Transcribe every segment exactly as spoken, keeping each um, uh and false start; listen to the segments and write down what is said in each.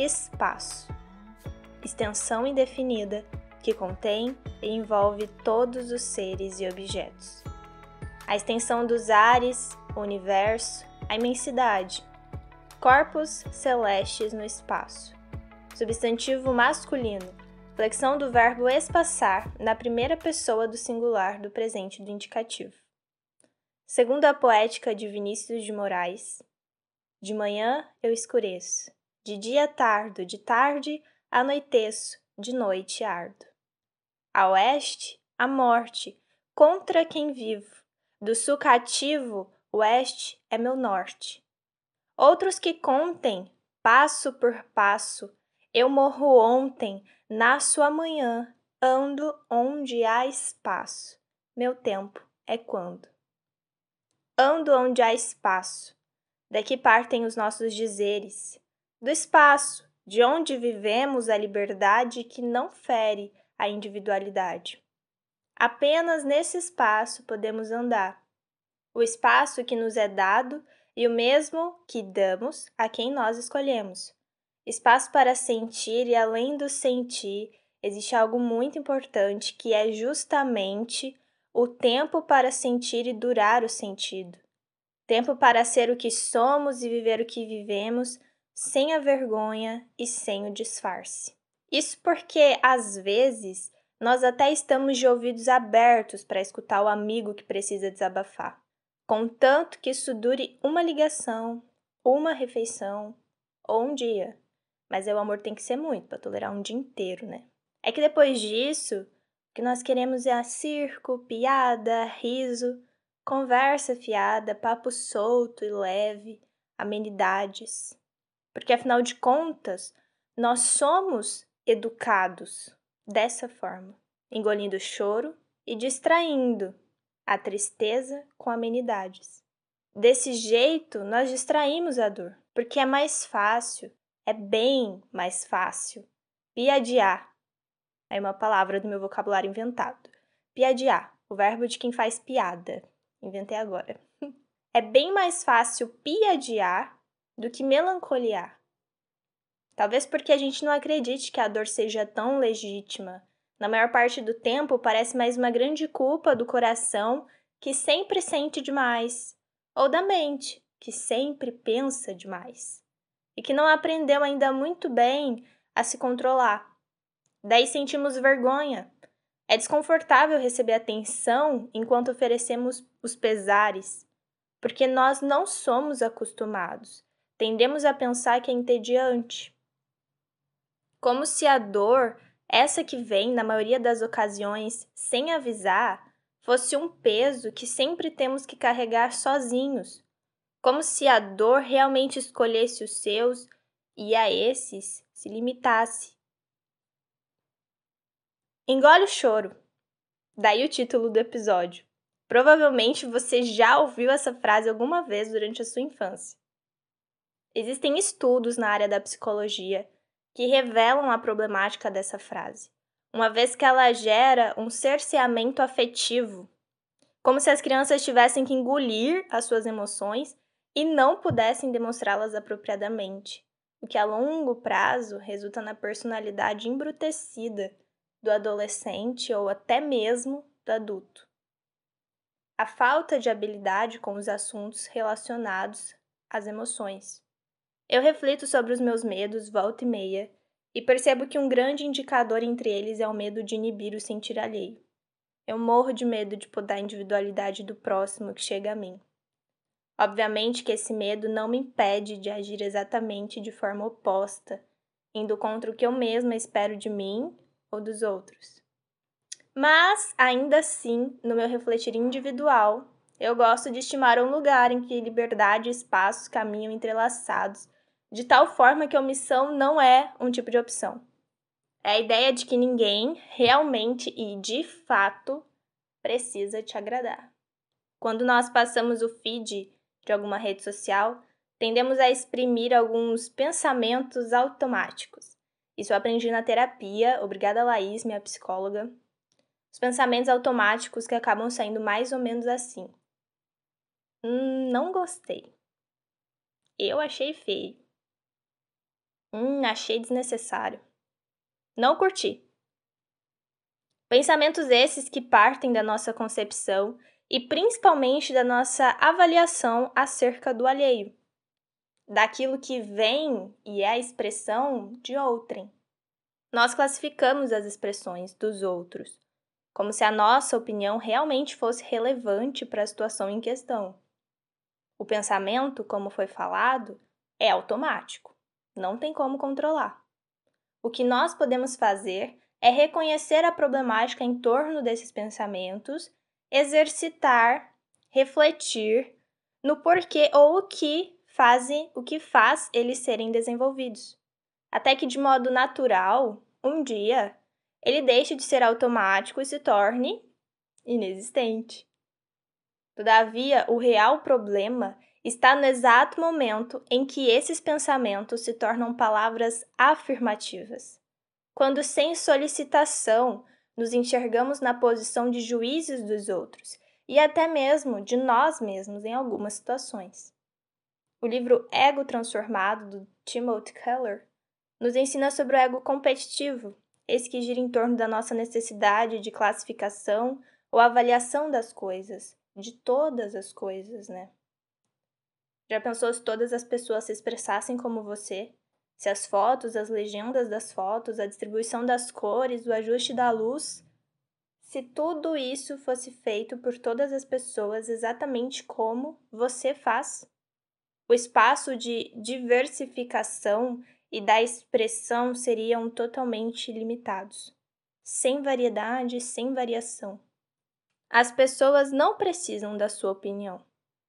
espaço, extensão indefinida que contém e envolve todos os seres e objetos. A extensão dos ares, o universo, a imensidade. Corpos celestes no espaço. Substantivo masculino. Flexão do verbo espaçar na primeira pessoa do singular do presente do indicativo. Segundo a poética de Vinícius de Moraes, de manhã eu escureço, de dia tardo, de tarde anoiteço, de noite ardo. A oeste, a morte, contra quem vivo, do sul cativo, oeste é meu norte. Outros que contem, passo por passo, eu morro ontem, nasço amanhã, ando onde há espaço, meu tempo é quando. Ando onde há espaço, daqui partem os nossos dizeres, do espaço, de onde vivemos a liberdade que não fere a individualidade. Apenas nesse espaço podemos andar, o espaço que nos é dado e o mesmo que damos a quem nós escolhemos. Espaço para sentir e além do sentir, existe algo muito importante que é justamente o tempo para sentir e durar o sentido. Tempo para ser o que somos e viver o que vivemos, sem a vergonha e sem o disfarce. Isso porque, às vezes, nós até estamos de ouvidos abertos para escutar o amigo que precisa desabafar. Contanto que isso dure uma ligação, uma refeição ou um dia. Mas o amor tem que ser muito para tolerar um dia inteiro, né? É que depois disso, o que nós queremos é circo, piada, riso, conversa fiada, papo solto e leve, amenidades. Porque afinal de contas, nós somos educados dessa forma, engolindo o choro e distraindo a tristeza com amenidades. Desse jeito, nós distraímos a dor, porque é mais fácil, é bem mais fácil, piadear. É uma palavra do meu vocabulário inventado. Piadear, o verbo de quem faz piada. Inventei agora. É bem mais fácil piadear do que melancoliar. Talvez porque a gente não acredite que a dor seja tão legítima. Na maior parte do tempo, parece mais uma grande culpa do coração que sempre sente demais, ou da mente, que sempre pensa demais, e que não aprendeu ainda muito bem a se controlar. Daí sentimos vergonha. É desconfortável receber atenção enquanto oferecemos os pesares, porque nós não somos acostumados. Tendemos a pensar que é entediante. Como se a dor, essa que vem, na maioria das ocasiões, sem avisar, fosse um peso que sempre temos que carregar sozinhos. Como se a dor realmente escolhesse os seus e a esses se limitasse. Engole o choro. Daí o título do episódio. Provavelmente você já ouviu essa frase alguma vez durante a sua infância. Existem estudos na área da psicologia que revelam a problemática dessa frase, uma vez que ela gera um cerceamento afetivo, como se as crianças tivessem que engolir as suas emoções e não pudessem demonstrá-las apropriadamente, o que a longo prazo resulta na personalidade embrutecida do adolescente ou até mesmo do adulto. A falta de habilidade com os assuntos relacionados às emoções. Eu reflito sobre os meus medos volta e meia e percebo que um grande indicador entre eles é o medo de inibir o sentir alheio. Eu morro de medo de podar a individualidade do próximo que chega a mim. Obviamente que esse medo não me impede de agir exatamente de forma oposta, indo contra o que eu mesma espero de mim ou dos outros. Mas, ainda assim, no meu refletir individual, eu gosto de estimar um lugar em que liberdade e espaços caminham entrelaçados, de tal forma que a omissão não é um tipo de opção. É a ideia de que ninguém realmente e de fato precisa te agradar. Quando nós passamos o feed de alguma rede social, tendemos a exprimir alguns pensamentos automáticos. Isso eu aprendi na terapia, obrigada Laís, minha psicóloga. Os pensamentos automáticos que acabam saindo mais ou menos assim. Hum, não gostei. Eu achei feio. Hum, achei desnecessário. Não curti. Pensamentos esses que partem da nossa concepção e principalmente da nossa avaliação acerca do alheio, daquilo que vem e é a expressão de outrem. Nós classificamos as expressões dos outros, como se a nossa opinião realmente fosse relevante para a situação em questão. O pensamento, como foi falado, é automático, não tem como controlar. O que nós podemos fazer é reconhecer a problemática em torno desses pensamentos, exercitar, refletir no porquê ou o que fazem, o que faz eles serem desenvolvidos. Até que de modo natural, um dia, ele deixe de ser automático e se torne inexistente. Todavia, o real problema está no exato momento em que esses pensamentos se tornam palavras afirmativas. Quando, sem solicitação, nos enxergamos na posição de juízes dos outros e até mesmo de nós mesmos em algumas situações. O livro Ego Transformado, do Timothy Keller, nos ensina sobre o ego competitivo, esse que gira em torno da nossa necessidade de classificação ou avaliação das coisas, de todas as coisas, né? Já pensou se todas as pessoas se expressassem como você? Se as fotos, as legendas das fotos, a distribuição das cores, o ajuste da luz, se tudo isso fosse feito por todas as pessoas exatamente como você faz? O espaço de diversificação e da expressão seriam totalmente limitados, sem variedade, sem variação. As pessoas não precisam da sua opinião.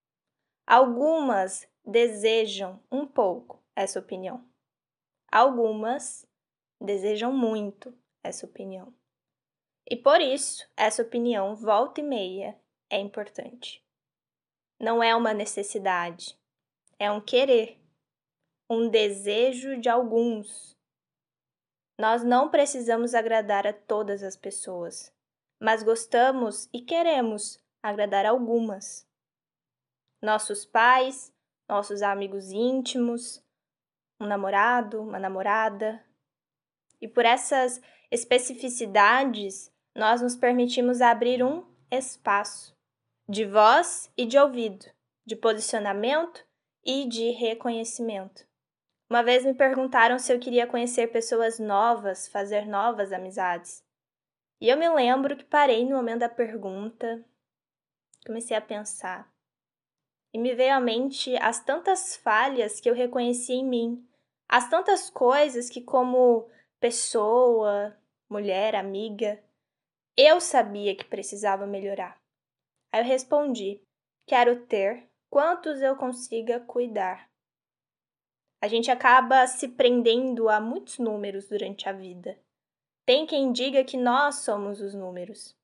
Algumas desejam um pouco essa opinião. Algumas desejam muito essa opinião. E por isso, essa opinião, volta e meia, é importante. Não é uma necessidade, é um querer, um desejo de alguns. Nós não precisamos agradar a todas as pessoas, mas gostamos e queremos agradar algumas. Nossos pais, nossos amigos íntimos, um namorado, uma namorada. E por essas especificidades, nós nos permitimos abrir um espaço de voz e de ouvido, de posicionamento e de reconhecimento. Uma vez me perguntaram se eu queria conhecer pessoas novas, fazer novas amizades. E eu me lembro que parei no momento da pergunta, comecei a pensar. E me veio à mente as tantas falhas que eu reconheci em mim, as tantas coisas que, como pessoa, mulher, amiga, eu sabia que precisava melhorar. Aí eu respondi: quero ter quantos eu consiga cuidar. A gente acaba se prendendo a muitos números durante a vida. Tem quem diga que nós somos os números.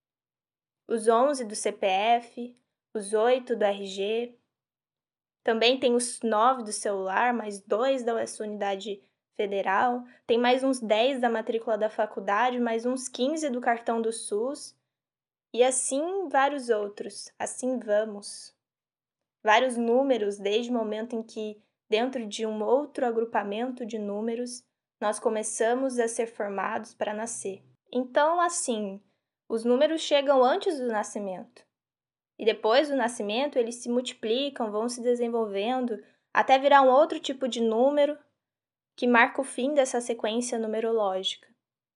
Os onze do C P F, os oito do R G. Também tem os nove do celular, mais dois da sua unidade federal. Tem mais uns dez da matrícula da faculdade, mais uns quinze do cartão do SUS. E assim vários outros. Assim vamos. Vários números desde o momento em que, dentro de um outro agrupamento de números, nós começamos a ser formados para nascer. Então, assim, os números chegam antes do nascimento. E depois do nascimento, eles se multiplicam, vão se desenvolvendo, até virar um outro tipo de número que marca o fim dessa sequência numerológica.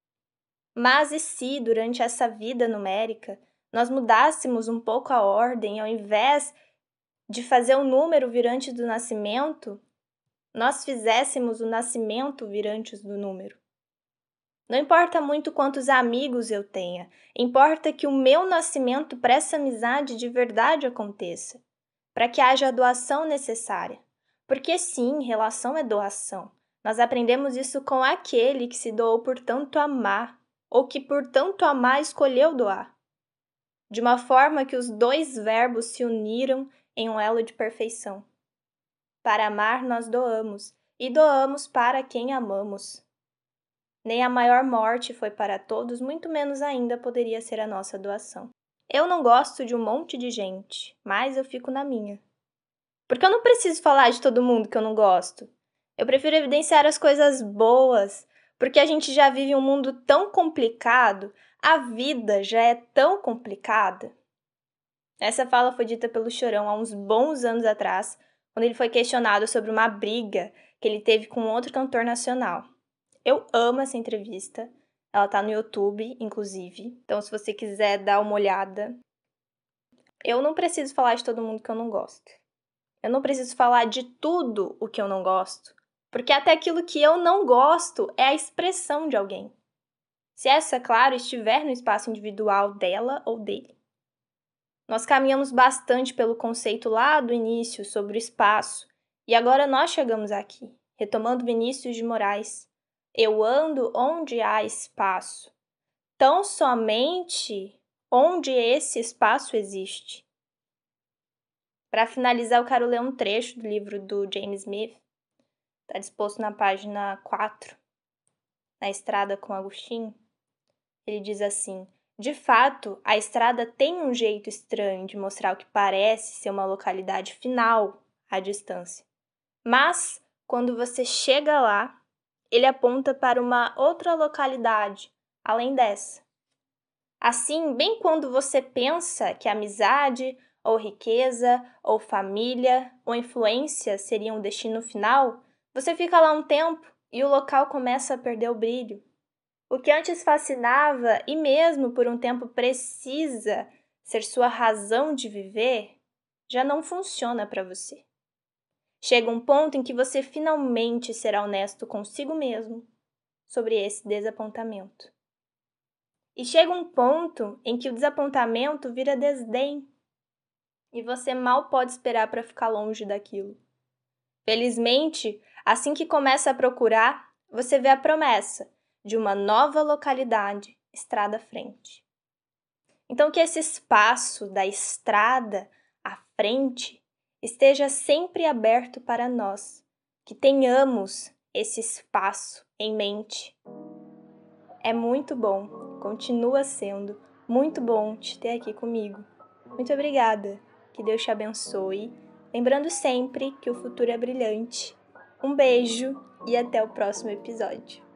Mas e se, durante essa vida numérica, nós mudássemos um pouco a ordem, ao invés de fazer o número vir antes do nascimento, nós fizéssemos o nascimento vir antes do número? Não importa muito quantos amigos eu tenha, importa que o meu nascimento para essa amizade de verdade aconteça, para que haja a doação necessária. Porque sim, relação é doação. Nós aprendemos isso com aquele que se doou por tanto amar, ou que por tanto amar escolheu doar. De uma forma que os dois verbos se uniram em um elo de perfeição. Para amar nós doamos, e doamos para quem amamos. Nem a maior morte foi para todos, muito menos ainda poderia ser a nossa doação. Eu não gosto de um monte de gente, mas eu fico na minha. Porque eu não preciso falar de todo mundo que eu não gosto. Eu prefiro evidenciar as coisas boas, porque a gente já vive um mundo tão complicado, a vida já é tão complicada. Essa fala foi dita pelo Chorão há uns bons anos atrás, quando ele foi questionado sobre uma briga que ele teve com outro cantor nacional. Eu amo essa entrevista, ela tá no YouTube, inclusive, então se você quiser dar uma olhada. Eu não preciso falar de todo mundo que eu não gosto. Eu não preciso falar de tudo o que eu não gosto, porque até aquilo que eu não gosto é a expressão de alguém. Se essa, claro, estiver no espaço individual dela ou dele. Nós caminhamos bastante pelo conceito lá do início sobre o espaço, e agora nós chegamos aqui, retomando Vinícius de Moraes. Eu ando onde há espaço, tão somente onde esse espaço existe. Para finalizar, eu quero ler um trecho do livro do James Smith, está disposto na página quatro, na Estrada com Agostinho. Ele diz assim: de fato, a estrada tem um jeito estranho de mostrar o que parece ser uma localidade final à distância. Mas, quando você chega lá, ele aponta para uma outra localidade, além dessa. Assim, bem quando você pensa que amizade, ou riqueza, ou família, ou influência seriam o destino final, você fica lá um tempo e o local começa a perder o brilho. O que antes fascinava e mesmo por um tempo precisa ser sua razão de viver, já não funciona para você. Chega um ponto em que você finalmente será honesto consigo mesmo sobre esse desapontamento. E chega um ponto em que o desapontamento vira desdém e você mal pode esperar para ficar longe daquilo. Felizmente, assim que começa a procurar, você vê a promessa de uma nova localidade, estrada à frente. Então que esse espaço da estrada à frente esteja sempre aberto para nós, que tenhamos esse espaço em mente. É muito bom, continua sendo muito bom te ter aqui comigo. Muito obrigada, que Deus te abençoe, lembrando sempre que o futuro é brilhante. Um beijo e até o próximo episódio.